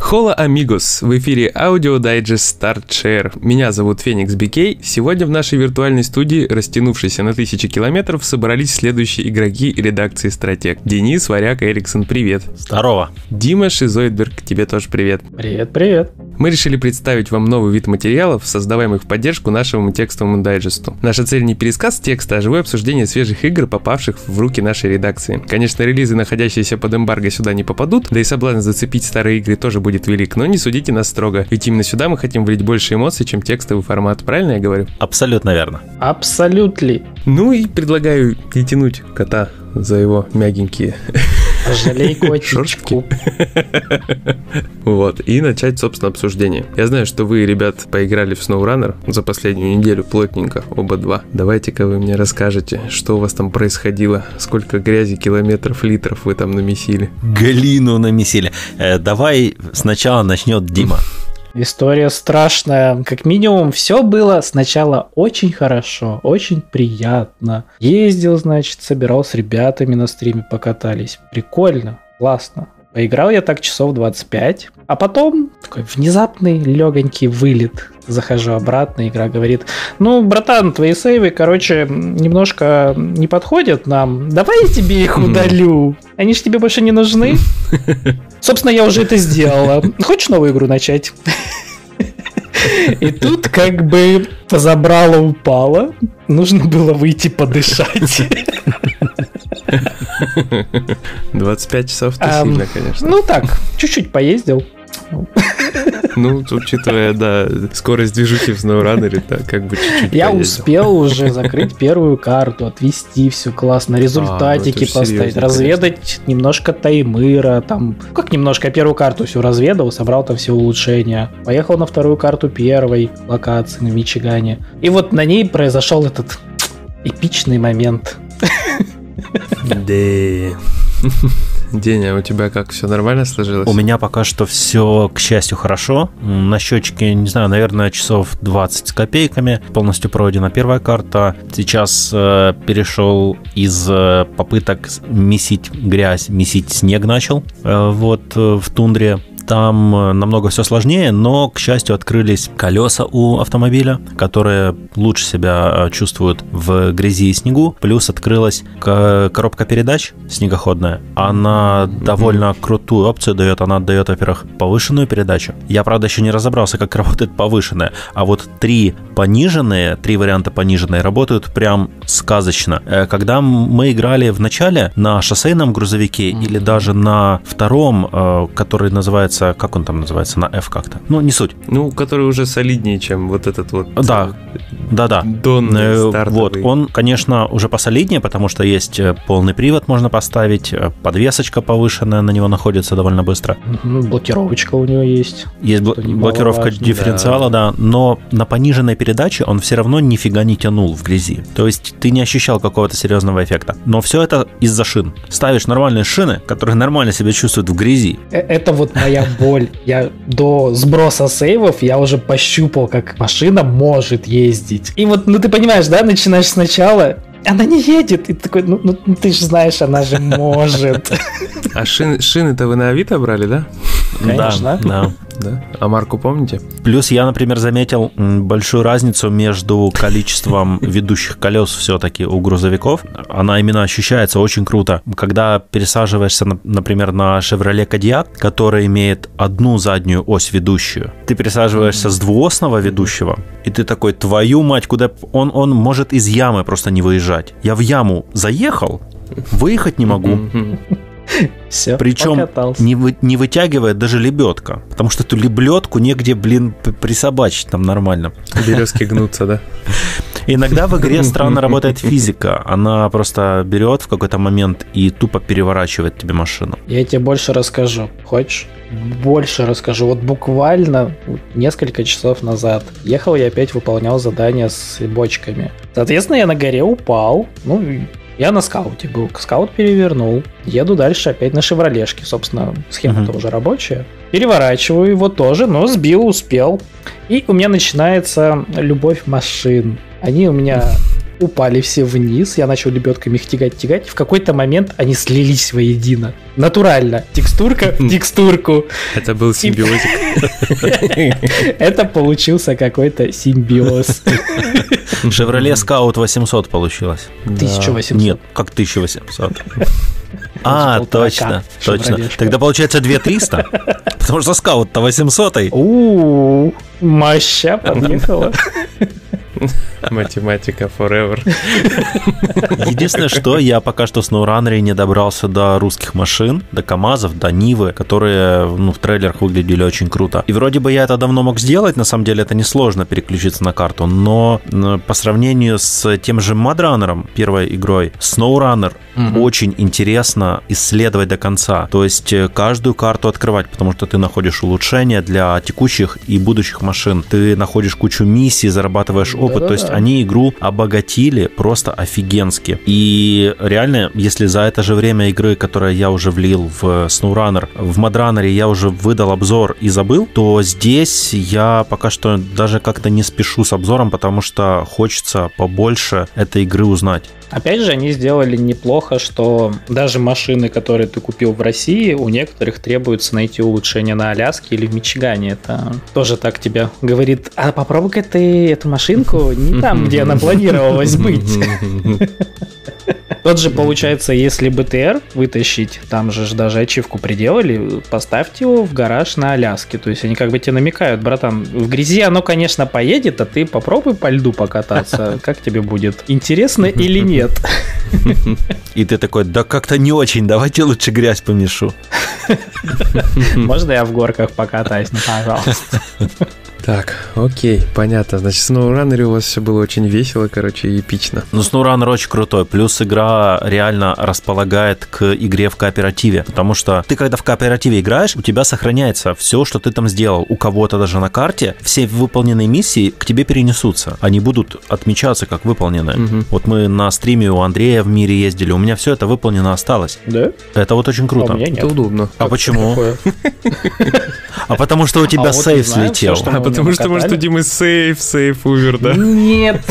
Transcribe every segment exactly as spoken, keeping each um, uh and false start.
Hola amigos! В эфире Audio Digest Start Share. Меня зовут Феникс би кей. Сегодня в нашей виртуальной студии, растянувшейся на тысячи километров, собрались следующие игроки редакции Стратег. Денис, Варяг, Эриксон, привет. Здорово. Дима Шизоидберг, тебе тоже привет. Привет, привет. Мы решили представить вам новый вид материалов, создаваемых в поддержку нашему текстовому дайджесту. Наша цель не пересказ текста, а живое обсуждение свежих игр, попавших в руки нашей редакции. Конечно, релизы, находящиеся под эмбарго, сюда не попадут, да и соблазн зацепить старые игры тоже будет велик, но не судите нас строго, ведь именно сюда мы хотим влить больше эмоций, чем текстовый формат, правильно я говорю? Абсолютно верно. Абсолютно. Ну и предлагаю не тянуть кота за его мягенькие жалей котичку. Вот, и начать, собственно, обсуждение. Я знаю, что вы, ребят, поиграли в SnowRunner за последнюю неделю плотненько, оба два. Давайте-ка вы мне расскажете, что у вас там происходило, сколько грязи, километров, литров вы там намесили. Галину намесили. Э, давай сначала начнет Дима. История страшная. Как минимум, все было сначала очень хорошо, очень приятно. Ездил, значит, собирал с ребятами на стриме, покатались. Прикольно, классно. Поиграл я так часов двадцать пять, а потом такой внезапный легонький вылет. Захожу обратно, игра говорит: ну, братан, твои сейвы, короче, немножко не подходят нам. Давай я тебе их удалю. Они же тебе больше не нужны. Собственно, я уже это сделала. Хочешь новую игру начать? И тут как бы забрало, упало. Нужно было выйти подышать. двадцать пять часов-то um, сильно, конечно. Ну так, чуть-чуть поездил. Ну, учитывая, да, скорость движухи в SnowRunner, да, как бы чуть-чуть Я поездил. успел уже закрыть первую карту, отвести все классно, результатики а, ну поставить, серьезно, разведать конечно. Немножко таймыра, там, как немножко, я первую карту все разведал, собрал там все улучшения. Поехал на вторую карту первой локации на Мичигане. И вот на ней произошел этот эпичный момент. Да. Деня, у тебя как, все нормально сложилось? У меня пока что все, к счастью, хорошо. На счетчике, не знаю, наверное, часов двадцать с копейками. Полностью пройдена первая карта. Сейчас э, перешел из э, попыток месить грязь, месить снег начал. Э, вот э, в тундре. Там намного все сложнее, но, к счастью, открылись колеса у автомобиля, которые лучше себя чувствуют в грязи и снегу. Плюс открылась коробка передач снегоходная. Она mm-hmm. довольно крутую опцию дает. Она дает, во-первых, повышенную передачу. Я, правда, еще не разобрался, как работает повышенная. А вот три пониженные, три варианта пониженные работают прям сказочно. Когда мы играли в начале на шоссейном грузовике mm-hmm. или даже на втором, который называется, как он там называется, на F как-то. Ну, не суть. Ну, который уже солиднее, чем вот этот вот. Да, да, да. Донный стартовый. Вот, он, конечно, уже посолиднее, потому что есть полный привод можно поставить, подвесочка повышенная на него находится довольно быстро. Блокировочка у него есть. Есть бл- блокировка важно. Дифференциала, да. да, но на пониженной передаче он все равно нифига не тянул в грязи. То есть ты не ощущал какого-то серьезного эффекта. Но все это из-за шин. Ставишь нормальные шины, которые нормально себя чувствуют в грязи. Это вот моя боль. Я до сброса сейвов я уже пощупал, как машина может ездить. И вот, ну ты понимаешь, да, начинаешь сначала, она не едет, и ты такой, ну, ну ты же знаешь, она же может. А шины, шины-то вы на Авито брали, да? Конечно. Да, да. Да? А марку помните? Плюс я, например, заметил большую разницу между количеством ведущих колес все-таки у грузовиков. Она именно ощущается очень круто. Когда пересаживаешься, например, на Chevrolet Kodiaq, который имеет одну заднюю ось ведущую, ты пересаживаешься с двуосного ведущего, и ты такой, твою мать, куда... Он, он может из ямы просто не выезжать. Я в яму заехал, выехать не могу. Все, причем не, вы, не вытягивает даже лебедка, потому что эту лебедку негде, блин, присобачить там нормально. Березки гнутся, да? Иногда в игре странно работает физика. Она просто берет в какой-то момент и тупо переворачивает тебе машину. Я тебе больше расскажу. Хочешь? Больше расскажу. Вот буквально несколько часов назад ехал я опять выполнял задание с бочками. Соответственно, я на горе упал. Ну, я на скауте был. Скаут перевернул. Еду дальше опять на шевролешке. Собственно, схема-то uh-huh. уже рабочая. Переворачиваю его тоже, но сбил, успел. И у меня начинается любовь машин. Они у меня упали все вниз, я начал лебедками их тягать-тягать, и в какой-то момент они слились воедино. Натурально. Текстурка в текстурку. Это был симбиозик. Это получился какой-то симбиоз. Chevrolet Scout восемьсот получилось. тысяча восемьсот. Нет, как тысяча восемьсот. А, точно, точно. Тогда получается две тысячи триста, потому что Scout-то восемьсот. У-у-у, моща подъехала. Математика forever. Единственное, что я пока что в SnowRunner не добрался до русских машин, до КамАЗов, до Нивы, которые ну, в трейлерах выглядели очень круто. И вроде бы я это давно мог сделать, на самом деле это несложно переключиться на карту, но по сравнению с тем же MudRunner, первой игрой, SnowRunner угу. очень интересно исследовать до конца. То есть каждую карту открывать, потому что ты находишь улучшения для текущих и будущих машин. Ты находишь кучу миссий, зарабатываешь опыт. Да-да-да. То есть они игру обогатили просто офигенски. И реально, если за это же время игры, которое я уже влил в SnowRunner, в MudRunner я уже выдал обзор и забыл, то здесь я пока что даже как-то не спешу с обзором, потому что хочется побольше этой игры узнать. Опять же, они сделали неплохо, что даже машины, которые ты купил в России, у некоторых требуется найти улучшение на Аляске или в Мичигане. Это тоже так тебе говорит, а попробуй-ка ты эту машинку не там, где она планировалась быть. Тот же, получается, если бэ тэ эр вытащить, там же даже ачивку приделали, поставьте его в гараж на Аляске. То есть они как бы тебе намекают, братан, в грязи оно, конечно, поедет, а ты попробуй по льду покататься. Как тебе будет? Интересно или нет? И ты такой, да как-то не очень, давайте лучше грязь помешу. Можно я в горках покатаюсь? Ну, пожалуйста. Так, окей, понятно. Значит, в SnowRunner у вас все было очень весело, короче, и эпично. Ну, SnowRunner очень крутой. Плюс игра реально располагает к игре в кооперативе. Потому что ты, когда в кооперативе играешь, у тебя сохраняется все, что ты там сделал. У кого-то даже на карте все выполненные миссии к тебе перенесутся. Они будут отмечаться как выполненные. Угу. Вот мы на стриме у Андрея в мире ездили. У меня все это выполнено осталось. Да? Это вот очень круто. А у меня нет. Это удобно. А почему? А потому что у тебя сейф слетел. А потому что, может, у Димы сейф, сейф умер, да? Нет.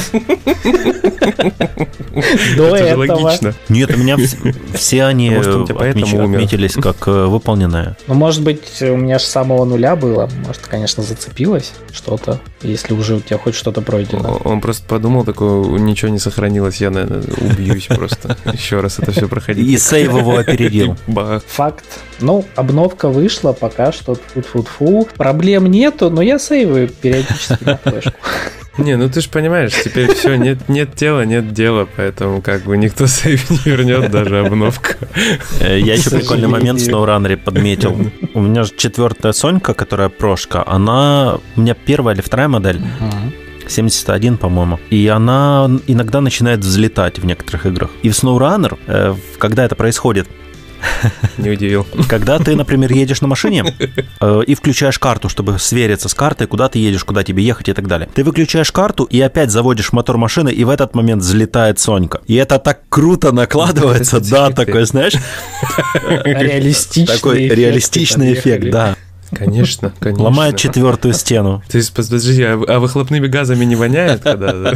До этого. Логично. Нет, у меня все они отметились как выполненные. Ну, может быть, у меня же с самого нуля было. Может, конечно, зацепилось что-то, если уже у тебя хоть что-то пройдено. Он просто подумал, такой, ничего не сохранилось, я, наверное, убьюсь просто. Еще раз это все проходить. И сейв его опередил. Факт. Ну, обновка вышла, пока что фу-фу-фу. Проблем нету, но я сейваю периодически на флешку. Не, ну ты же понимаешь, теперь все, нет, нет тела, нет дела, поэтому как бы никто сейв не вернет, даже обновка. Я еще прикольный момент в SnowRunner подметил. У меня же четвертая Сонька, которая прошка, она у меня первая или вторая модель. семьдесят один, по-моему. И она иногда начинает взлетать в некоторых играх. И в SnowRunner, когда это происходит, не удивил. Когда ты, например, едешь на машине э, и включаешь карту, чтобы свериться с картой, куда ты едешь, куда тебе ехать и так далее. Ты выключаешь карту и опять заводишь мотор машины, и в этот момент взлетает Сонька. И это так круто накладывается, да, такой, знаешь... Реалистичный Такой реалистичный эффект, да. Конечно, конечно. Ломает четвертую стену. То есть, подожди, а, а выхлопными газами не воняет, когда...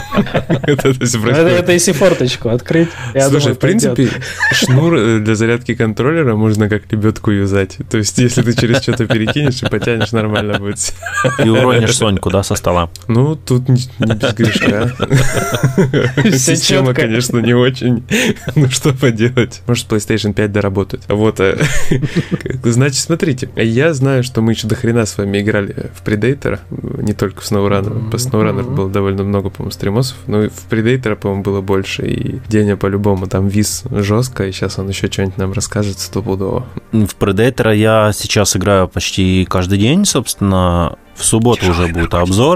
Это если форточку открыть. Слушай, в принципе, шнур для зарядки контроллера можно как лебедку юзать. То есть, если ты через что-то перекинешь и потянешь, нормально будет. И уронишь Соньку, да, со стола. Ну, тут не без грешка. Система, конечно, не очень. Ну, что поделать. Может, PlayStation пять доработать. Вот. Значит, смотрите, я знаю, что мы еще до хрена с вами играли в Predator, не только в SnowRunner. По SnowRunner было довольно много, по-моему, стримосов, но и в Predator, по-моему, было больше, и Деня по-любому там вис жестко, и сейчас он еще что-нибудь нам расскажет стопудово. В Predator я сейчас играю почти каждый день, собственно, в субботу Тяжелый уже будет обзор.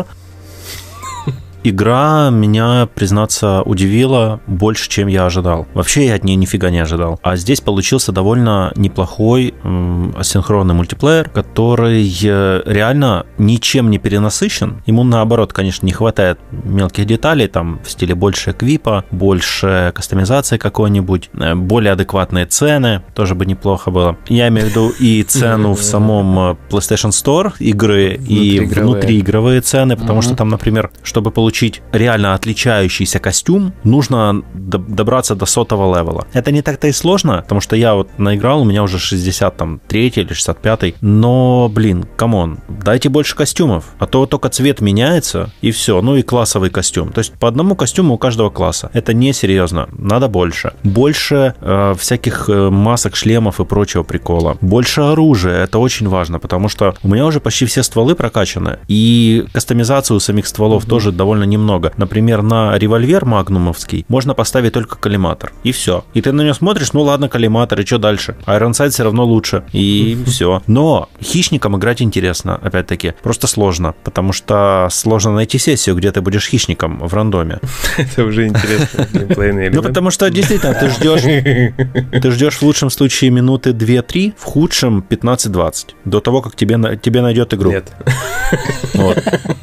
Игра меня, признаться, удивила больше, чем я ожидал. Вообще я от нее нифига не ожидал. А здесь получился довольно неплохой м- асинхронный мультиплеер, который реально ничем не перенасыщен. Ему, наоборот, конечно, не хватает мелких деталей, там в стиле больше эквипа, больше кастомизации какой-нибудь, более адекватные цены, тоже бы неплохо было. Я имею в виду и цену в самом PlayStation Store игры, и внутриигровые цены, потому что там, например, чтобы получить получить реально отличающийся костюм, нужно добраться до сотого левела. Это не так-то и сложно, потому что я вот наиграл, у меня уже шестьдесят третий или шестьдесят пятый, но, блин, камон, дайте больше костюмов, а то только цвет меняется, и все, ну и классовый костюм. То есть по одному костюму у каждого класса. Это несерьезно, надо больше. Больше э, всяких э, масок, шлемов и прочего прикола. Больше оружия, это очень важно, потому что у меня уже почти все стволы прокачаны, и кастомизацию самих стволов mm-hmm. тоже довольно немного. Например, на револьвер магнумовский можно поставить только коллиматор, и все. И ты на него смотришь, ну ладно, коллиматор, и что дальше? Ironsight все равно лучше, и все. Но хищником играть интересно, опять-таки, просто сложно, потому что сложно найти сессию, где ты будешь хищником в рандоме. Это уже интересно, геймплейный элемент. Ну, потому что, действительно, ты ждешь, ты ждешь в лучшем случае минуты две-три, в худшем пятнадцать-двадцать, до того, как тебе, тебе найдет игру. Нет. Вот.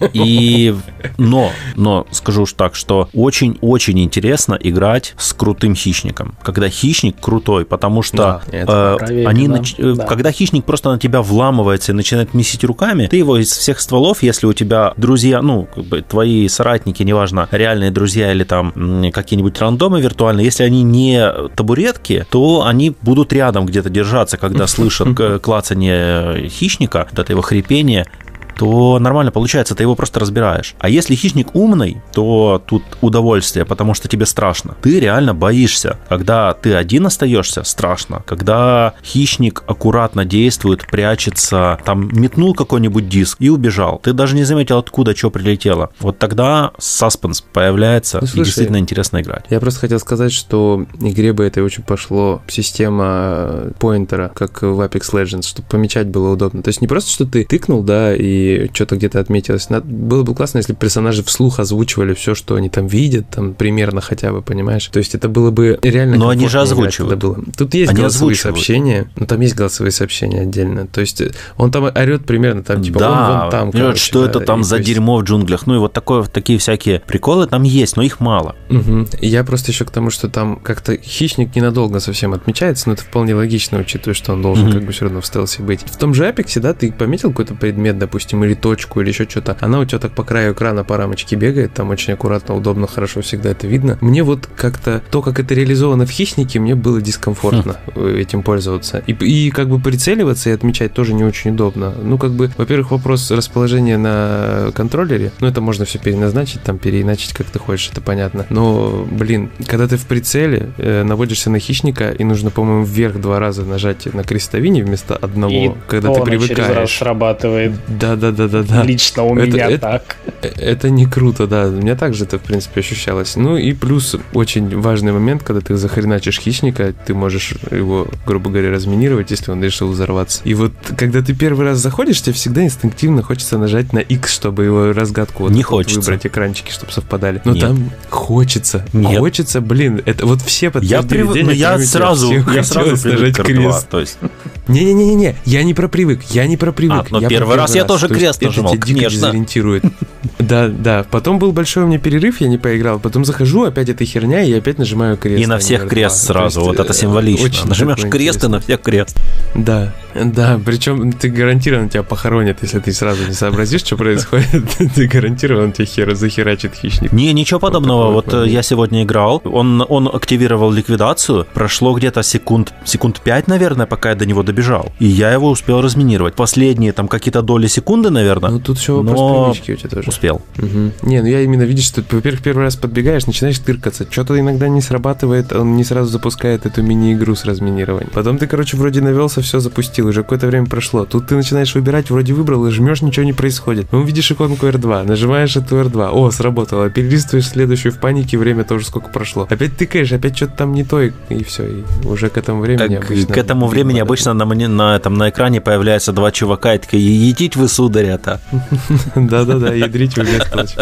И, но, но скажу уж так, что очень-очень интересно играть с крутым хищником, когда хищник крутой, потому что да, э, они, нач... да. когда хищник просто на тебя вламывается и начинает месить руками, ты его из всех стволов, если у тебя друзья, ну, как бы твои соратники, неважно, реальные друзья или там какие-нибудь рандомы виртуальные, если они не табуретки, то они будут рядом где-то держаться, когда слышат клацанье хищника, вот это его хрипение, то нормально получается, ты его просто разбираешь. А если хищник умный, то тут удовольствие, потому что тебе страшно. Ты реально боишься. Когда ты один остаешься, страшно. Когда хищник аккуратно действует, прячется, там метнул какой-нибудь диск и убежал. Ты даже не заметил, откуда что прилетело. Вот тогда саспенс появляется, ну, слушай, и действительно интересно играть. Я просто хотел сказать, что игре бы это очень пошло система поинтера, как в Apex Legends, чтобы помечать было удобно. То есть не просто, что ты тыкнул, да, и что-то где-то отметилось. Надо, было бы классно, если бы персонажи вслух озвучивали все, что они там видят, там примерно хотя бы, понимаешь? То есть это было бы реально... Но они же озвучивают. Было. Тут есть они голосовые озвучивают. сообщения, но там есть голосовые сообщения отдельно. То есть он там орет примерно там, типа, да, вон, вон там. Короче, что да, это там за есть... дерьмо в джунглях? Ну и вот такое, такие всякие приколы там есть, но их мало. Угу. Я просто еще к тому, что там как-то хищник ненадолго совсем отмечается, но это вполне логично, учитывая, что он должен угу. как бы все равно в стелсе быть. В том же Apex, да, ты пометил какой-то предмет, допустим, или точку, или еще что-то, она у тебя так по краю экрана по рамочке бегает, там очень аккуратно, удобно, хорошо всегда это видно. Мне вот как-то то, как это реализовано в хищнике, мне было дискомфортно хм. этим пользоваться. И, и как бы прицеливаться и отмечать тоже не очень удобно. Ну, как бы, во-первых, вопрос расположения на контроллере, ну, это можно все переназначить, там, переиначить, как ты хочешь, это понятно. Но, блин, когда ты в прицеле, э, наводишься на хищника, и нужно, по-моему, вверх два раза нажать на крестовине вместо одного, и когда ты привыкаешь. Через раз срабатывает. Да-да-да-да. Лично у это, меня это, так. Это, это не круто, да. У меня также это, в принципе, ощущалось. Ну и плюс очень важный момент, когда ты захреначишь хищника, ты можешь его, грубо говоря, разминировать, если он решил взорваться. И вот, когда ты первый раз заходишь, тебе всегда инстинктивно хочется нажать на X, чтобы его разгадку вот, не вот хочется. Выбрать экранчики, чтобы совпадали. Но Нет. там хочется. Нет. Хочется, блин. Это вот все подтверждили. Я, прив... я сразу, я сразу нажать крест. То есть... Не-не-не-не, я не про привык, я не про привык. А, но я первый раз, раз я тоже крест нажимал, это тебя дико дезориентирует. Да, да. Потом был большой у меня перерыв, я не поиграл. Потом захожу, опять эта херня, и опять нажимаю крест. И на всех крест сразу, вот это символично. Нажмешь крест, и на всех крест. Да, да, причем ты гарантированно тебя похоронят, если ты сразу не сообразишь, что происходит. Ты гарантированно тебя хер захерачит хищник. Не, ничего подобного. Вот я сегодня играл, он, он активировал ликвидацию, прошло где-то секунд, секунд пять, наверное, пока я до него добежал. И я его успел разминировать. Последние там какие-то доли секунды, наверное. Ну тут все вопрос но... привычки у тебя тоже. Успел. Угу. Не, ну я именно видишь, что, во-первых, первый раз подбегаешь, начинаешь тыркаться. Что-то иногда не срабатывает, он не сразу запускает эту мини-игру с разминированием. Потом ты, короче, вроде навелся, все запустил, уже какое-то время прошло. Тут ты начинаешь выбирать, вроде выбрал, и жмешь, ничего не происходит. Ну, видишь иконку эр два, нажимаешь эту эр два, о, сработало, перелистываешь следующую в панике, время тоже сколько прошло. Опять тыкаешь, опять что-то там не то, и, и все, и уже к этому времени к, обычно... К этому времени обычно на, на, там, на экране появляются два чувака, и такие, едить вы, сударя-то. Да-да-да, ядрить вы бестолочь.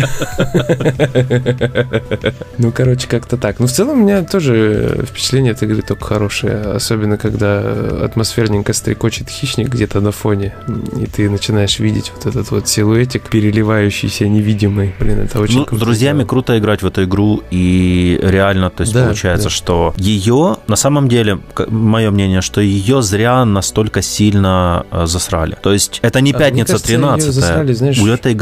Ну, короче, как-то так. Ну, в целом, у меня тоже впечатление от игры только хорошее. Особенно, когда атмосферненько стрекочет хищник где-то на фоне, и ты начинаешь видеть вот этот вот силуэтик, переливающийся, невидимый. Блин, это очень ну, круто. С друзьями сделано. Круто играть в эту игру, и реально, то есть, да, получается, да. что ее, на самом деле, мое мнение, что ее зря настолько сильно засрали. То есть, это не пятница тринадцатая. У этой игры гораздо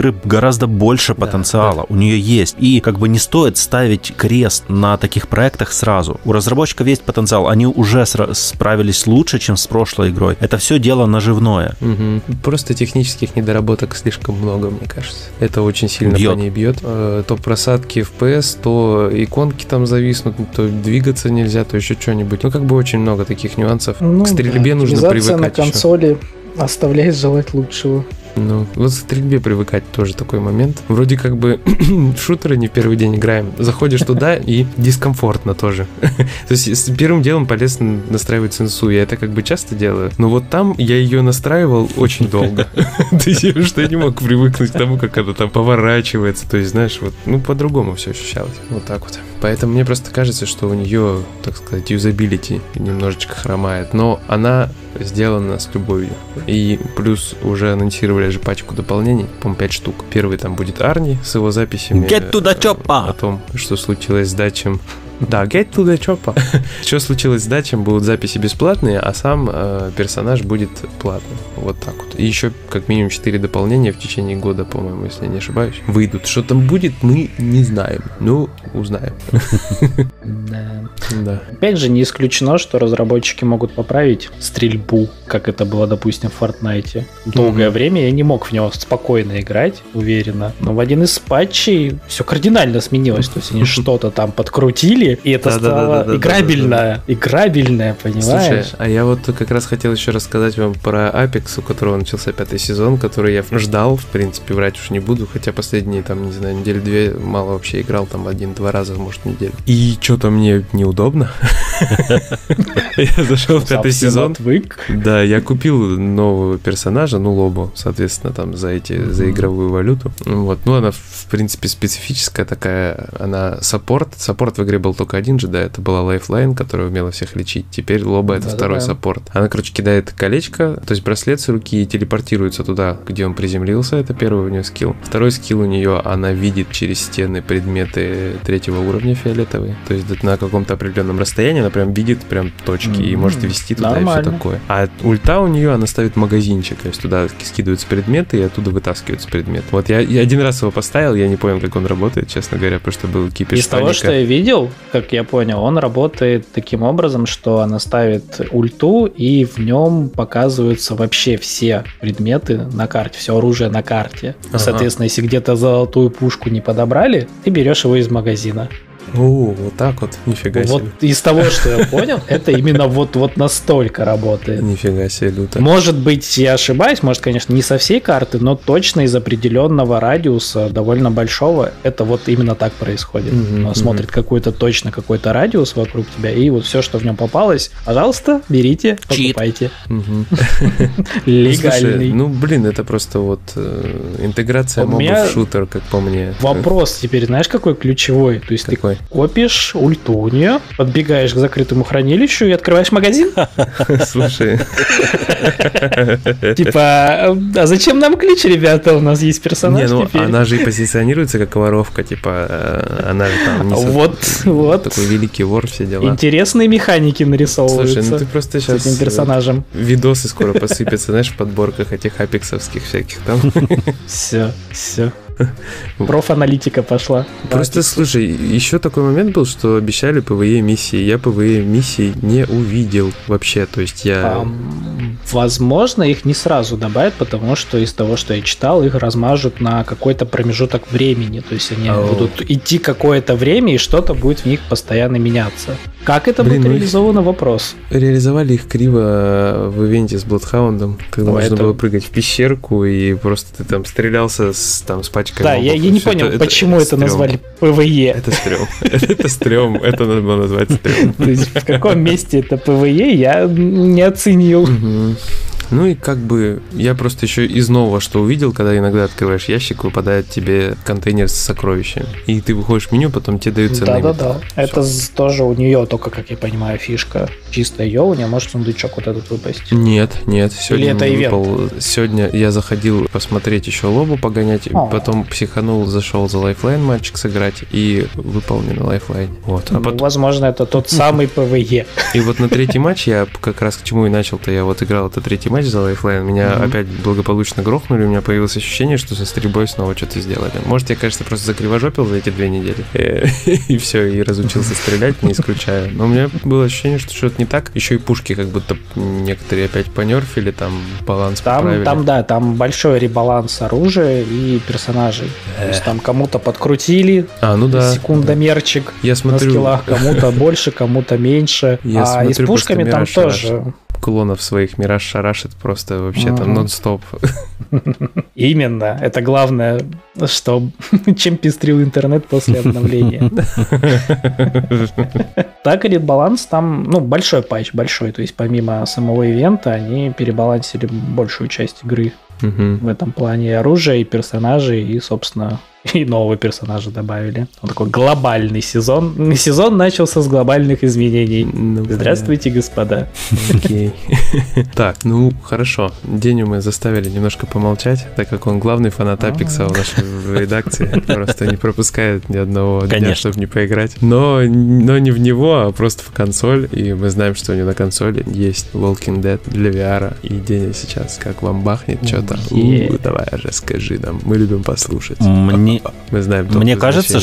гораздо больше потенциала, да, да. у нее есть. И как бы не стоит ставить крест на таких проектах сразу. У разработчиков есть потенциал, они уже справились лучше, чем с прошлой игрой. Это все дело наживное. Угу. Просто технических недоработок слишком много, мне кажется. Это очень сильно бьет. По ней бьет. То просадки эф пи эс, то иконки там зависнут, то двигаться нельзя, то еще что-нибудь. Ну, как бы очень много таких нюансов. Ну, к стрельбе да. нужно привыкать. На консоли еще оставляет желать лучшего. Ну, вот к стрельбе привыкать тоже такой момент. Вроде как бы в шутеры не первый день играем. Заходишь туда и дискомфортно тоже. То есть первым делом полезно настраивать сенсу. Я это как бы часто делаю. Но вот там я ее настраивал очень долго. То есть что я не мог привыкнуть к тому, как она там поворачивается. То есть, знаешь, вот, ну, по-другому все ощущалось. Вот так вот. Поэтому мне просто кажется, что у нее, так сказать, юзабилити немножечко хромает. Но она сделана с любовью. И плюс уже анонсировали же пачку дополнений, по-моему, пять штук. Первый там будет Арни с его записями Get to the chopper. О том, что случилось с датчем. Да, Get to the chopper. Что случилось с датчем, будут записи бесплатные, а сам э, персонаж будет платным. Вот так вот. И еще как минимум четыре дополнения в течение года, по-моему, если я не ошибаюсь, выйдут. Что там будет, мы не знаем. Ну, узнаем. Да. Да. Опять же, не исключено, что разработчики могут поправить стрельбу, как это было, допустим, в Fortnite. Долгое mm-hmm. время я не мог в него спокойно играть, уверенно. Но в один из патчей все кардинально сменилось. То есть они что-то там подкрутили, и это да, стало да, да, да, играбельное. Да, да, да. Играбельное, понимаешь? Слушай, а я вот как раз хотел еще рассказать вам про Apex, у которого начался пятый сезон, который я ждал, в принципе, врать уж не буду, хотя последние, там, не знаю, недели-две мало вообще играл, там, один-два раза, может, в неделю. И что-то мне неудобно. Я зашел в пятый сезон. Да, я купил нового персонажа, ну, Лобу, соответственно, там, за эти, за игровую валюту. Вот, ну, она, в принципе, специфическая такая, она саппорт. Саппорт в игре был только один же, да, это была Lifeline, которая умела всех лечить. Теперь Лоба — это да, второй да, саппорт. Она, короче, кидает колечко, то есть браслет с руки, и телепортируется туда, где он приземлился. Это первый у нее скилл. Второй скилл у нее, она видит через стены предметы третьего уровня фиолетовые. То есть на каком-то определенном расстоянии она прям видит прям точки mm-hmm. и может вести туда Нормально. И все такое. А ульта у нее, она ставит магазинчик, то есть туда скидываются предметы и оттуда вытаскиваются предметы. Вот я, я один раз его поставил, я не понял, как он работает, честно говоря, потому что был кипиш. Из того, что я видел, как я понял, он работает таким образом, что она ставит ульту, и в нем показываются вообще все предметы на карте, все оружие на карте. Ага. Соответственно, если где-то золотую пушку не подобрали, ты берешь его из магазина. О, вот так вот, нифига себе. Вот из того, что я понял, это именно вот, вот настолько работает. Нифига себе, люто. Может быть, я ошибаюсь, может, конечно, не со всей карты, но точно из определенного радиуса, довольно большого, это вот именно так происходит. Mm-hmm, Он смотрит mm-hmm. какой-то точно какой-то радиус вокруг тебя, и вот все, что в нем попалось, пожалуйста, берите, покупайте. Легальный. Ну, блин, это просто вот интеграция мобов в шутер, как по мне. Вопрос теперь, знаешь, какой ключевой? То есть ты копишь ульту у нее, подбегаешь к закрытому хранилищу и открываешь магазин. Слушай. Типа, а зачем нам ключ, ребята? У нас есть персонаж. Не, ну она же и позиционируется как воровка, типа, она же там не вот, вот. Такой великий вор, все дела. Интересные механики нарисовываются. Слушай, ну ты просто сейчас с этим персонажем. Видосы скоро посыпятся, знаешь, в подборках этих апексовских всяких там. Все, все. Профаналитика пошла. Просто, слушай, еще такой момент был, что обещали пи ви и-миссии. Я пи ви и-миссий не увидел вообще. То есть я... Um, возможно, их не сразу добавят, потому что из того, что я читал, их размажут на какой-то промежуток времени. То есть они oh. будут идти какое-то время, и что-то будет в них постоянно меняться. Как это Блин, будет ну реализовано, их... вопрос. Реализовали их криво в ивенте с Bloodhound, когда О, нужно это... было прыгать в пещерку, и просто ты там стрелялся с, там, с пачкой Да, мобов, я, я не понял, это, почему это, это назвали пи ви и. Это стрём. Это стрём, это надо было назвать стрём. То есть в каком месте это пи ви и, я не оценил. Ну и как бы я просто еще из нового, что увидел, когда иногда открываешь ящик, выпадает тебе контейнер с сокровищами. И ты выходишь в меню, потом тебе дают ценный металл. Да-да-да. Это тоже у нее только, как я понимаю, фишка. Чисто ее, у нее может сундучок вот этот выпасть. Нет, нет. Сегодня Или это выпал... Сегодня я заходил посмотреть еще Лобу погонять, О. потом психанул, зашел за Lifeline матчик сыграть и выпал мне на Lifeline. Вот. А ну, потом... Возможно, это тот самый пи ви и. И вот на третий матч я как раз к чему и начал-то. Я вот играл этот третий матч, матч за Lifeline, меня mm-hmm. опять благополучно грохнули, у меня появилось ощущение, что со стрельбой снова что-то сделали. Может, я, конечно, просто закривожопил за эти две недели, и все, и разучился стрелять, не исключаю. Но у меня было ощущение, что что-то не так. Еще и пушки как будто некоторые опять понерфили, там баланс там, поправили. Там, да, там большой ребаланс оружия и персонажей. То есть там кому-то подкрутили а, ну да. секундомерчик я смотрю... на скиллах, кому-то больше, кому-то меньше. Я а смотрю, и с пушками там тоже... Клонов своих Мираж шарашит просто вообще uh-huh. там нон-стоп. Именно. Это главное, что чем пестрил интернет после обновления. Так, Elite Balance там, ну, большой патч, большой. То есть помимо самого ивента они перебалансили большую часть игры. Uh-huh. В этом плане и оружие, и персонажей, и, собственно, и нового персонажа добавили. Он такой глобальный сезон. Сезон начался с глобальных изменений. Ну, здравствуйте, понятно. Господа. Окей. Так, ну, хорошо. Деню мы заставили немножко помолчать, так как он главный фанат Апекса в нашей редакции. Просто не пропускает ни одного дня, чтобы не поиграть. Но, но не в него, а просто в консоль. И мы знаем, что у него на консоли есть Walking Dead для ви ар. И Деня сейчас как вам бахнет что-то. У, давай, расскажи нам. Мы любим послушать. Мне Мы знаем Мне кажется,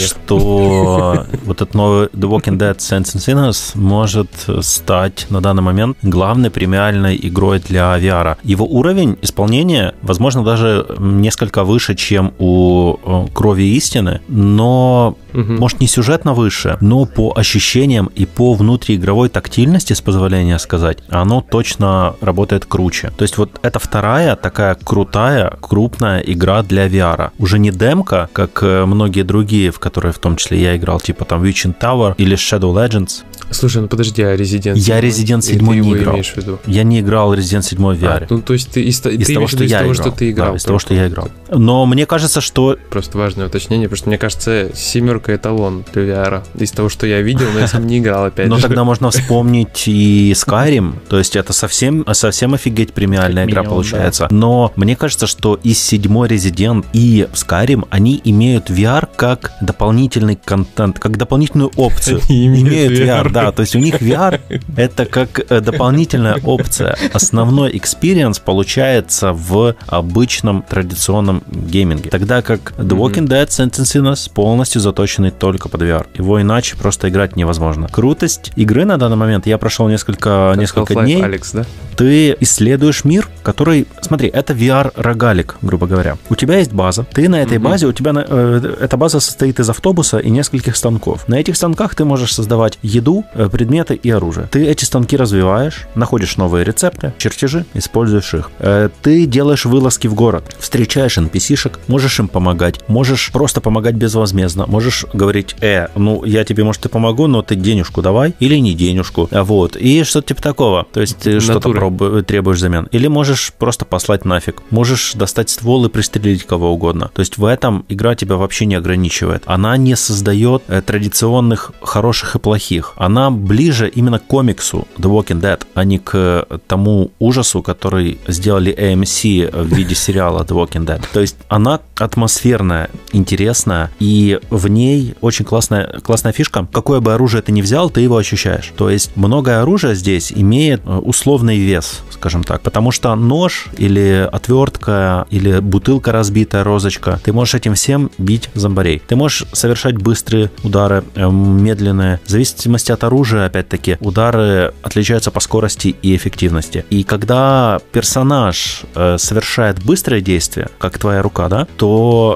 что вот этот новый The Walking Dead Saints and Sinners может стать на данный момент главной премиальной игрой для ви ар. Его уровень исполнения, возможно, даже несколько выше, чем у Крови Истины, но, угу. может, не сюжетно выше, но по ощущениям и по внутриигровой тактильности, с позволения сказать, оно точно работает круче. То есть вот это вторая такая крутая, крупная игра для ви ар. Уже не демка, как многие другие, в которые в том числе я играл, типа там Witching Tower или Shadow Legends. Слушай, ну подожди, а Resident Я Resident семь не играл. Я не играл Resident семь в ви ар. А, ну, то есть ты из, из ты того, что я того, играл. Что ты играл. Да, из того, что я играл. Но мне кажется, что... Просто важное уточнение, потому что мне кажется, семерка эталон для ви ар. Из того, что я видел, но я сам не играл опять Но же. тогда можно вспомнить и Skyrim, то есть это совсем, совсем офигеть премиальная игра получается. Да. Но мне кажется, что и седьмой Resident, и Skyrim, они имеют ви ар как дополнительный контент, как дополнительную опцию. Они имеют ви ар, да, то есть у них ви ар это как дополнительная опция. Основной экспириенс получается в обычном традиционном гейминге. Тогда как The Walking Dead Saints and Sinners полностью заточенный только под ви ар. Его иначе просто играть невозможно. Крутость игры на данный момент, я прошел несколько, несколько дней. Алекс, да? Ты исследуешь мир, который, смотри, это ви ар-рогалик, грубо говоря. У тебя есть база, ты на этой mm-hmm. базе, у тебя э, эта база состоит из автобуса и нескольких станков. На этих станках ты можешь создавать еду, предметы и оружие. Ты эти станки развиваешь, находишь новые рецепты, чертежи, используешь их. Э, ты делаешь вылазки в город, встречаешь эн пи си-шек, можешь им помогать, можешь просто помогать безвозмездно, можешь говорить, э, ну, я тебе, может, и помогу, но ты денежку давай, или не денежку, вот, и что-то типа такого. То есть ты что-то проб... требуешь взамен. Или можешь просто послать нафиг. Можешь достать ствол и пристрелить кого угодно. То есть в этом игра тебя вообще не ограничивает. Она не создает э, традиционных хороших и плохих. Она ближе именно к комиксу The Walking Dead, а не к тому ужасу, который сделали эй эм си в виде сериала The Walking Dead. То есть она атмосферная, интересная, и в ней очень классная, классная фишка. Какое бы оружие ты ни взял, ты его ощущаешь. То есть многое оружие здесь имеет условный вес, скажем так, потому что нож или отвертка или бутылка разбитая, розочка, ты можешь этим всем бить зомбарей. Ты можешь совершать быстрые удары, медленные. В зависимости от оружия, опять-таки, удары отличаются по скорости и эффективности. И когда персонаж э, совершает быстрое действие, как твоя рука, да, то...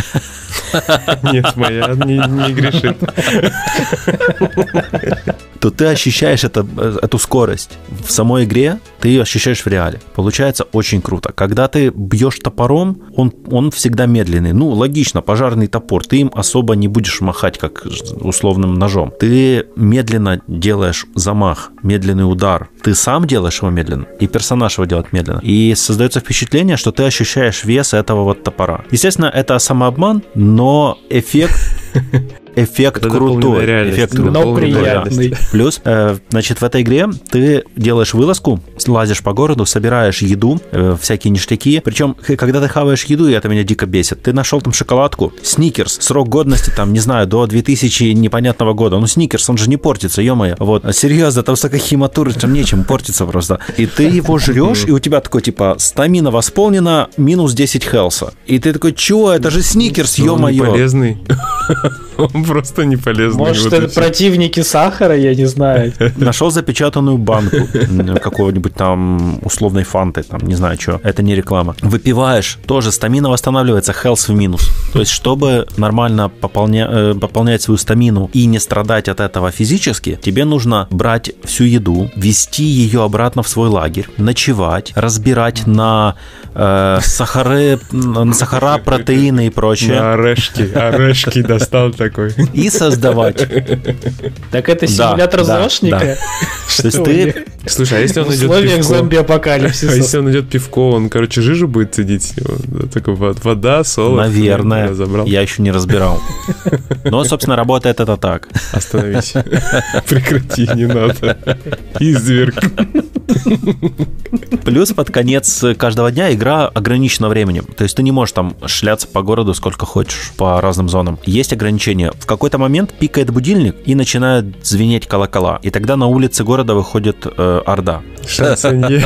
Нет, моя не, не грешит. То ты ощущаешь это, эту скорость в самой игре, ты ее ощущаешь в реале. Получается очень круто. Когда ты бьешь топором, он, он всегда медленный. Ну, логично, пожарный топор. Ты им особо не будешь махать, как условным ножом. Ты медленно делаешь замах, медленный удар. Ты сам делаешь его медленно, и персонаж его делает медленно. И создается впечатление, что ты ощущаешь вес этого вот топора. Естественно, это самообман, но эффект эффект Это крутой. Эффект но приятный. Плюс, э, значит, в этой игре ты делаешь вылазку, лазишь по городу, собираешь еду, э, всякие ништяки. Причем, когда ты хаваешь еду, и это меня дико бесит, ты нашел там шоколадку, Сникерс, срок годности, там, не знаю, до две тысячи непонятного года. Ну, Сникерс, он же не портится, ё-моё. Вот, серьезно, там столько химатуры, там нечем портится просто. И ты его жрешь, и у тебя такой, типа, стамина восполнена, минус десять хелса. И ты такой, чё, это же Сникерс, ё-моё. Он полезный. Он просто не полезный. Может, это противники сахара, я не знаю. Нашел запечатанную банку какого-нибудь там условной фанты, там, не знаю что. Это не реклама. Выпиваешь, тоже стамина восстанавливается, хелс в минус. То есть, чтобы нормально пополня... э, пополнять свою стамину и не страдать от этого физически, тебе нужно брать всю еду, везти ее обратно в свой лагерь, ночевать, разбирать на э, сахары, на сахара, протеины и прочее. На орешки, орешки достал такой. И создавать. Так это симулятор ЗОЖника? То есть ты... Слушай, а если он в идет условиях пивко? зомби-апокалипсиса. А если он идет пивко, он, короче, жижу будет цедить? Такой вода, солод. Наверное. Разобрал. Я еще не разбирал. Но, собственно, работает это так. Остановись. Прекрати, не надо. Изверг. Плюс под конец каждого дня игра ограничена временем. То есть ты не можешь там шляться по городу сколько хочешь, по разным зонам. Есть ограничения. В какой-то момент пикает будильник и начинают звенеть колокола. И тогда на улице города выходит э, орда. Шансонье.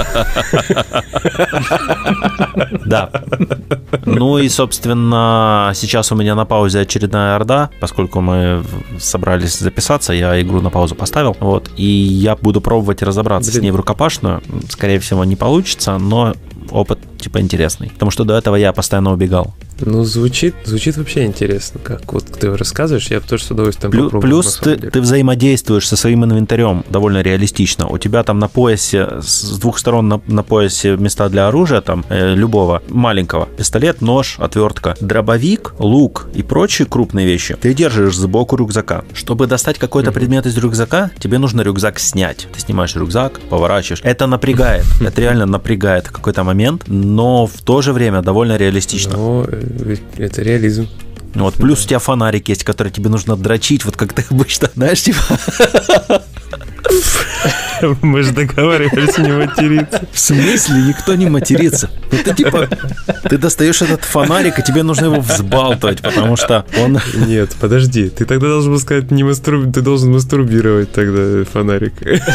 Да. Ну и, собственно, сейчас у меня на паузе очередная орда, поскольку мы собрались записаться, я игру на паузу поставил. Вот. И я буду пробовать разобраться Блин. с ней в рукопашную. Скорее всего, не получится, но опыт типа интересный. Потому что до этого я постоянно убегал. Ну, звучит, звучит вообще интересно, как вот ты рассказываешь, я тоже с удовольствием Плю, попробую. Плюс ты, ты взаимодействуешь со своим инвентарем довольно реалистично. У тебя там на поясе, с двух сторон на, на поясе места для оружия, там, э, любого, маленького. Пистолет, нож, отвертка, дробовик, лук и прочие крупные вещи ты держишь сбоку рюкзака. Чтобы достать какой-то mm-hmm. предмет из рюкзака, тебе нужно рюкзак снять. Ты снимаешь рюкзак, поворачиваешь. Это напрягает. Это реально напрягает в какой-то момент, но в то же время довольно реалистично. Но это реализм. Вот, плюс у тебя фонарик есть, который тебе нужно дрочить, вот как ты обычно, знаешь, типа... Мы же договаривались не материться. В смысле? Никто не матерится. Это типа, ты достаешь этот фонарик, и тебе нужно его взбалтывать, потому что он... Нет, подожди, ты тогда должен был сказать, не мастурб... ты должен мастурбировать тогда фонарик.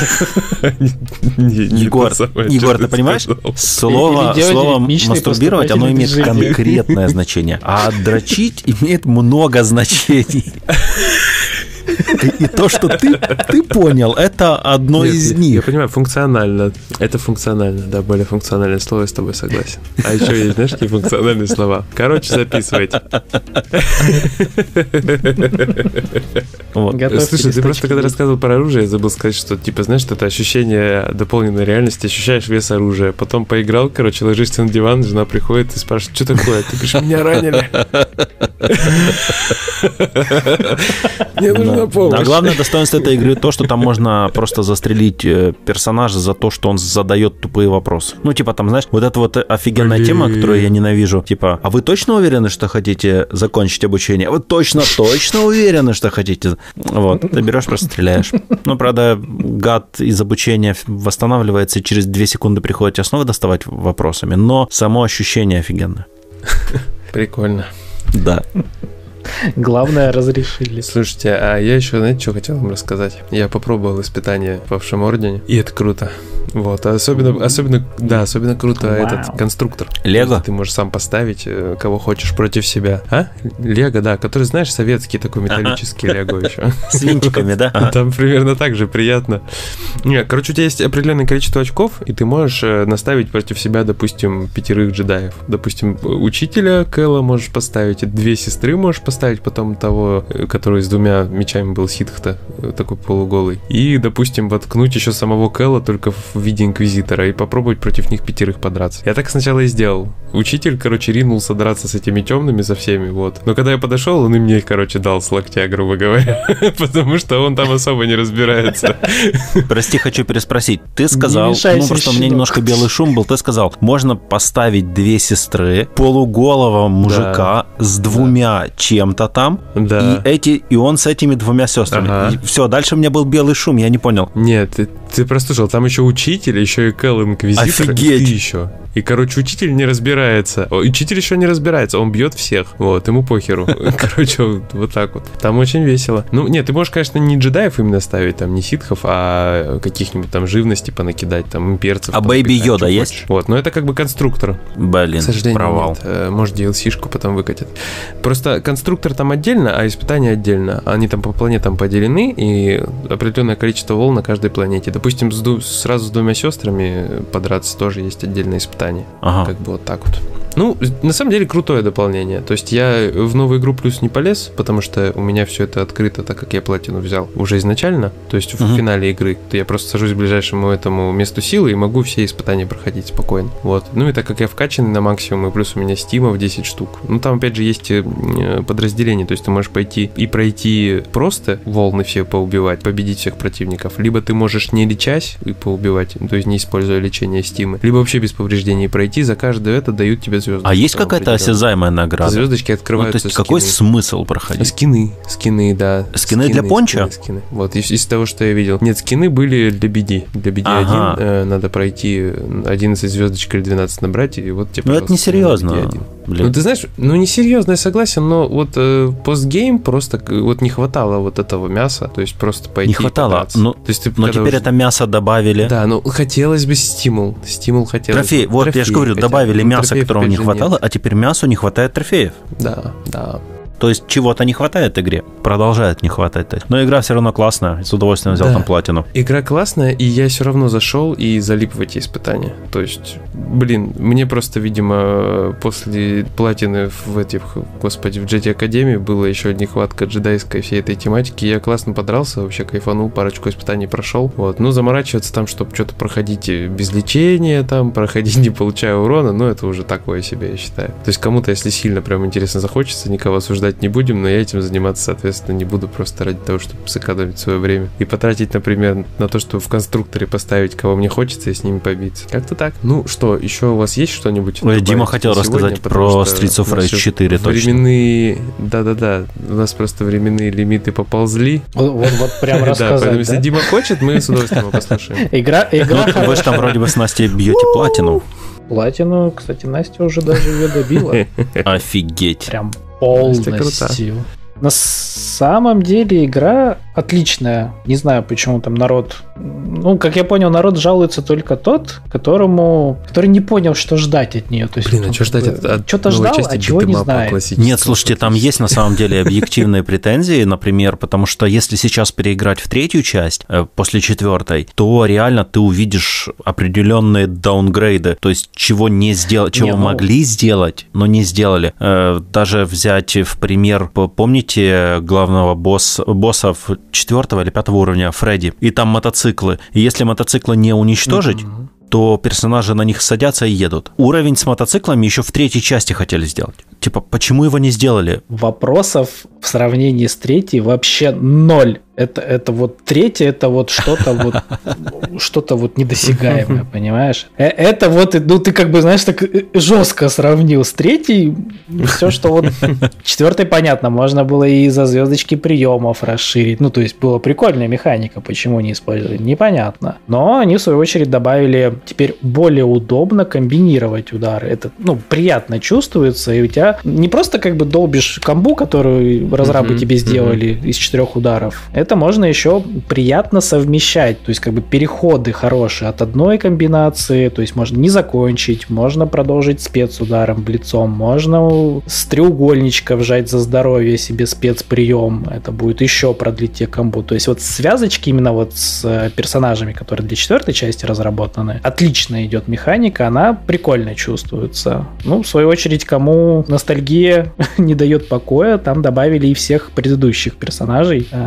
Егор, Егор, ты понимаешь? Слово мастурбировать, оно имеет конкретное значение, а дрочить имеет много значений. И, и то, что ты, ты понял, это одно Нет, из них. Я понимаю, функционально. Это функционально, да, более функциональное слово, я с тобой согласен. А еще есть, знаешь, какие функциональные слова? Короче, записывайте. Вот. Слушай, ты просто когда рассказывал про оружие, я забыл сказать, что, типа, знаешь, что это ощущение дополненной реальности, ощущаешь вес оружия. Потом поиграл, короче, ложишься на диван, жена приходит и спрашивает, что такое? Ты говоришь, меня ранили. Мне нужна помощь. А главное достоинство этой игры то, что там можно просто застрелить персонажа за то, что он задает тупые вопросы. Ну, типа там, знаешь, вот эта вот офигенная Блин. тема, которую я ненавижу. Типа, а вы точно уверены, что хотите закончить обучение? Вы точно, точно уверены, что хотите? Вот, ты берешь, просто стреляешь. Ну, правда, гад из обучения восстанавливается, и через две секунды приходит тебя снова доставать вопросами, но само ощущение офигенное. Прикольно. Да. Главное, разрешили. Слушайте, а я еще, знаете, что хотел вам рассказать? Я попробовал испытание в Павшем Ордене, и это круто. Вот, а особенно, особенно, да, особенно круто Вау. этот конструктор. Лего? Ты можешь сам поставить, кого хочешь против себя. А? Лего, да, который, знаешь, советский такой металлический Лего еще. С винтиками, да? Там примерно так же приятно. Не, короче, у тебя есть определенное количество очков, и ты можешь наставить против себя, допустим, пятерых джедаев. Допустим, учителя Кэла можешь поставить, две сестры можешь поставить, потом того, который с двумя мечами был Ситхта, такой полуголый. И, допустим, воткнуть еще самого Кэла только в виде инквизитора и попробовать против них пятерых подраться. Я так сначала и сделал. Учитель, короче, ринулся драться с этими темными со всеми, вот. Но когда я подошел, он и мне, короче, дал с локтя, грубо говоря, потому что он там особо не разбирается. Прости, хочу переспросить. Ты сказал, ну просто у меня немножко белый шум был, ты сказал, можно поставить две сестры, полуголого мужика с двумя чем там-то там, Да. и, эти, и он с этими двумя сестрами. Ага. И все, дальше у меня был белый шум, я не понял. Нет, ты, ты прослушал, там еще учитель, еще и Кэл инквизитор, Офигеть. и ты еще. И, короче, учитель не разбирается. О, учитель еще не разбирается, он бьет всех. Вот, ему похеру. Короче, вот так вот. Там очень весело. Ну, нет, ты можешь, конечно, не джедаев именно ставить, там, не ситхов, а каких-нибудь там живности понакидать, там, имперцев. А Бэйби Йода есть? Хочешь. Вот, но это как бы конструктор. Блин, К сожалению, провал. нет. Э, Может, ди эл си-шку потом выкатят. Просто конструктор там отдельно, а испытания отдельно. Они там по планетам поделены, и определенное количество волн на каждой планете. Допустим, с ду- сразу с двумя сестрами подраться тоже есть отдельное испытание. Ага. Как бы вот так вот. Ну, на самом деле, крутое дополнение. То есть я в новую игру плюс не полез, потому что у меня все это открыто, так как я платину взял уже изначально. То есть в Мгм. финале игры. То я просто сажусь к ближайшему этому месту силы и могу все испытания проходить спокойно. Вот. Ну и так как я вкачанный на максимум, и плюс у меня стимов десять штук. Ну там опять же есть э, подразделения. То есть ты можешь пойти и пройти просто волны все поубивать, победить всех противников. Либо ты можешь не лечась и поубивать, то есть не используя лечение стимы. Либо вообще без повреждений пройти. За каждое это дают тебе звезды. А есть какая-то осязаемая награда? Звездочки Ну, открываются. то есть какой скины. смысл проходить? Скины, скины, да. Скины для пончо? Скины, скины. Вот, из, из того, что я видел. Нет, скины были для би ди. Для би ди Ага. один э, надо пройти одиннадцать звездочек или двенадцать набрать, и вот тебе, Ну это пожалуйста, не серьезно. би ди один. Блин. Ну, ты знаешь, ну, не серьезно, я согласен, но вот э, постгейм просто к- вот не хватало вот этого мяса, то есть просто пойти Не хватало, и подраться. но- то есть ты Но когда теперь уже- это мясо добавили. Да, ну, хотелось бы стимул, стимул хотелось Трофей, бы. вот я же Трофеи говорю, хотя бы. добавили Ну, мясо, трофеев которого опять не же хватало, нет. а теперь мясу не хватает трофеев. Да, да. То есть чего-то не хватает игре. Продолжает не хватать. то есть. Но игра все равно классная. С удовольствием взял Да. там платину. Игра классная, и я все равно зашел и залип в эти испытания. То есть, блин, мне просто, видимо, после платины в этих, господи, в Джеди Академии была еще нехватка джедайской всей этой тематики. Я классно подрался, вообще кайфанул, парочку испытаний прошел. Вот. Ну, заморачиваться там, чтобы что-то проходить без лечения, там, проходить не получая урона, ну, это уже такое себе, я считаю. То есть, кому-то, если сильно прям интересно захочется, никого осуждать не будем, но я этим заниматься, соответственно, не буду просто ради того, чтобы сэкономить свое время и потратить, например, на то, чтобы в конструкторе поставить, кого мне хочется, и с ними побиться. Как-то так. Ну что, еще у вас есть что-нибудь? Ой, добавить Дима хотел сегодня? рассказать Потому про что Streets of у нас Rage всё четыре точно. Временные... Да-да-да. У нас просто временные лимиты поползли. Вот, вот, вот прям Да, поэтому рассказать, если да? Дима хочет, мы с удовольствием его послушаем. Игра, игра Ну, вы же там вроде бы с Настей бьете платину. платину, кстати, Настя уже даже ее добила. Офигеть. Прям Настя крута. полностью. На самом деле игра отличная. Не знаю, почему там народ... Ну, как я понял, народ жалуется только тот, которому... который не понял, что ждать от нее. То есть, Блин, а он что ждать как от, бы от Что-то новой ждал, части а чего не битэмапа знает. классического? Нет, слушайте, там есть на самом деле объективные претензии, например, потому что если сейчас переиграть в третью часть э, после четвертой, то реально ты увидишь определенные даунгрейды, то есть чего не сделать, чего Не, ну- могли сделать, но не сделали. Э, Даже взять в пример, п- помните главного босс, босса в четвертого или пятого уровня, Фредди, и там мотоциклы. И если мотоциклы не уничтожить, Мгм. то персонажи на них садятся и едут. Уровень с мотоциклами еще в третьей части хотели сделать. Типа, почему его не сделали? Вопросов в сравнении с третьей вообще ноль. Это, это вот третья, это вот что-то вот что-то вот недосягаемое, понимаешь? Э, Это вот, ну ты как бы, знаешь, так жестко сравнил с третьей. Все, что вот четвертой, понятно, можно было и за звездочки приемов расширить. Ну, то есть была прикольная механика, почему не использовали, непонятно. Но они, в свою очередь, добавили теперь более удобно комбинировать удары. Это, ну, приятно чувствуется, и у тебя не просто как бы долбишь комбу, которую разрабы Мгм, тебе сделали из четырех ударов. Это можно еще приятно совмещать, то есть как бы переходы хорошие от одной комбинации, то есть можно не закончить, можно продолжить спецударом, блицом, можно с треугольничка вжать за здоровье себе спецприем, это будет еще продлить тебе комбу. То есть вот связочки именно вот с персонажами, которые для четвертой части разработаны, отлично идет механика, она прикольно чувствуется. Ну, в свою очередь, кому ностальгия не дает покоя, там добавили и всех предыдущих персонажей.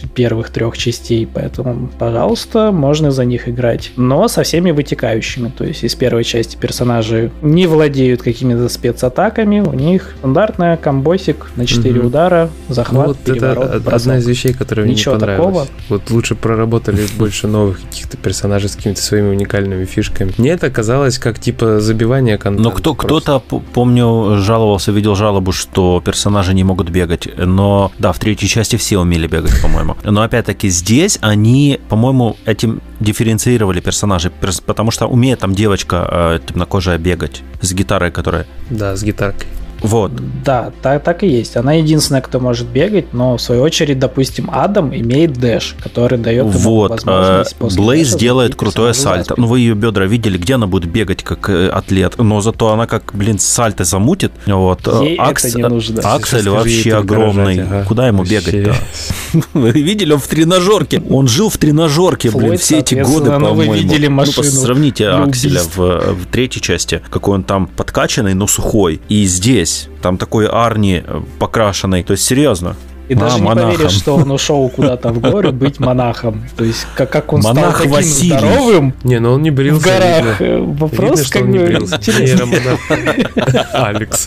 первых трех частей, поэтому, пожалуйста, можно за них играть. Но со всеми вытекающими, то есть из первой части персонажи не владеют какими-то спецатаками, у них стандартная комбосик на четыре угу. удара, захват, ну, вот переворот, это бросок. Одна из вещей, которая мне не понравилась. Такого. Вот лучше проработали больше новых каких-то персонажей с какими-то своими уникальными фишками. Мне это казалось как типа забивание контента. Но кто, кто-то, помню, жаловался, видел жалобу, что персонажи не могут бегать. Но да, в третьей части все умели бегать, по-моему. Но опять-таки здесь они, по-моему, этим дифференцировали персонажей, потому что умеет там девочка темнокожая бегать с гитарой, которая... Да, с гитаркой. Вот. Да, так, так и есть. Она единственная, кто может бегать, но в свою очередь, допустим, Адам имеет дэш, который дает ему вот. возможность после Блейз делает крутое сальто. Ну, вы ее бедра видели, где она будет бегать как атлет, но зато она как, блин, сальто замутит. Вот. Ей Акс... это не нужно. Аксель вообще огромный. Ага. Куда ему вообще бегать-то? Вы видели, он в тренажерке. Он жил в тренажерке, блин, все эти годы, по-моему. Вы видели машину. Ну, сравните Акселя в, в третьей части, какой он там подкачанный, но сухой. И здесь там такой Арни покрашенный, то есть серьезно. И а, даже не монахом. Поверишь, что он ушел куда-то в горы быть монахом. То есть как, как он Монах стал таким Василий. Здоровым. Не, ну он не брился. В горах. Видно. Вопрос видно, как бы интересный. Алекс.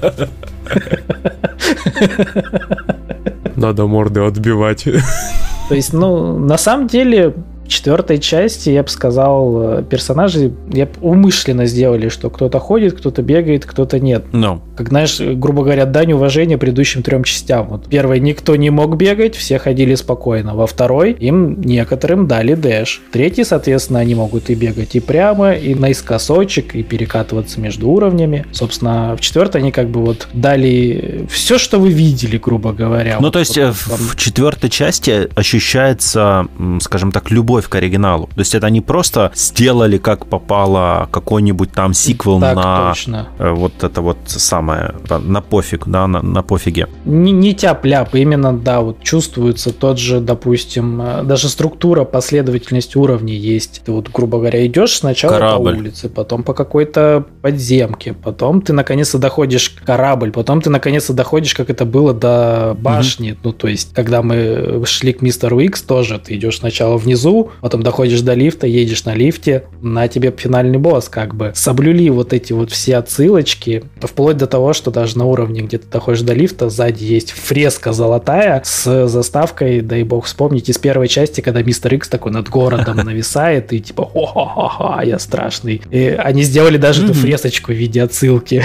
Надо морды отбивать. То есть, ну, на самом деле... В четвертой части, я бы сказал, персонажи я б умышленно сделали, что кто-то ходит, кто-то бегает, кто-то нет. No. Как, знаешь, грубо говоря, дань уважения предыдущим трем частям. Вот в первой никто не мог бегать, все ходили спокойно. Во второй им некоторым дали дэш. В третьей, соответственно, они могут и бегать и прямо, и наискосочек, и перекатываться между уровнями. Собственно, в четвертой они как бы вот дали все, что вы видели, грубо говоря. Ну, вот, то есть вот, в, там... в четвертой части ощущается, скажем так, любовь к оригиналу. То есть это не просто сделали как попало какой-нибудь там сиквел так, на точно. Вот это вот самое, на пофиг, да, на, на пофиге. Не, не тяп-ляп, именно, да, вот чувствуется тот же, допустим, даже структура, последовательность уровней есть. Ты вот, грубо говоря, идешь сначала Корабль. по улице, потом по какой-то подземке, потом ты наконец-то доходишь к корабль, потом ты наконец-то доходишь, как это было, до башни. Mm-hmm. Ну, то есть, когда мы шли к мистеру Икс, тоже ты идешь сначала внизу, потом доходишь до лифта, едешь на лифте, на тебе финальный босс, как бы. Соблюли вот эти вот все отсылочки, вплоть до того, что даже на уровне, где ты доходишь до лифта, сзади есть фреска золотая с заставкой, дай бог вспомнить, из первой части, когда мистер Икс такой над городом нависает, и типа хо-хо-хо, я страшный. И они сделали даже эту фресочку в виде отсылки.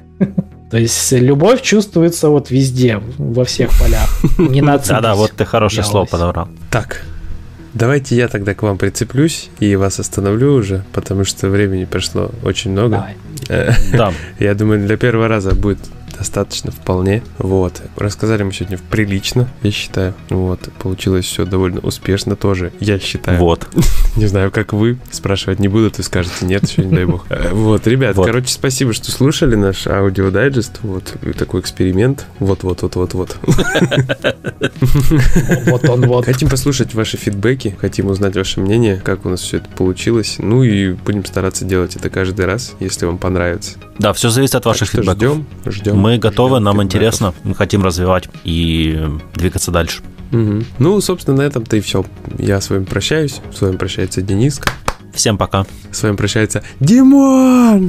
То есть любовь чувствуется вот везде, во всех полях. Не надо. Да-да, вот ты хорошее слово подобрал. Так. Давайте я тогда к вам прицеплюсь и вас остановлю уже, потому что времени прошло очень много. Да. Я думаю, для первого раза будет достаточно вполне. Вот. Рассказали мы сегодня прилично, я считаю. Вот. Получилось все довольно успешно тоже, я считаю. Вот. Не знаю, как вы. Спрашивать не буду, ты скажете нет, еще не дай бог. Вот, ребят, вот. Короче, спасибо, что слушали наш аудиодайджест. Вот такой эксперимент. Вот-вот-вот-вот-вот. Вот он вот. Хотим послушать ваши фидбэки, хотим узнать ваше мнение, как у нас все это получилось. Ну и будем стараться делать это каждый раз, если вам понравится. Да, все зависит от ваших фидбэков. Ждем, ждем. Мы готовы, ждем нам фидбэков. Интересно, мы хотим развивать и двигаться дальше. Угу. Ну, собственно, на этом-то и все. Я с вами прощаюсь. С вами прощается Дениска. Всем пока. С вами прощается Димон!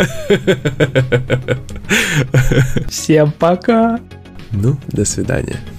Всем пока! Ну, до свидания.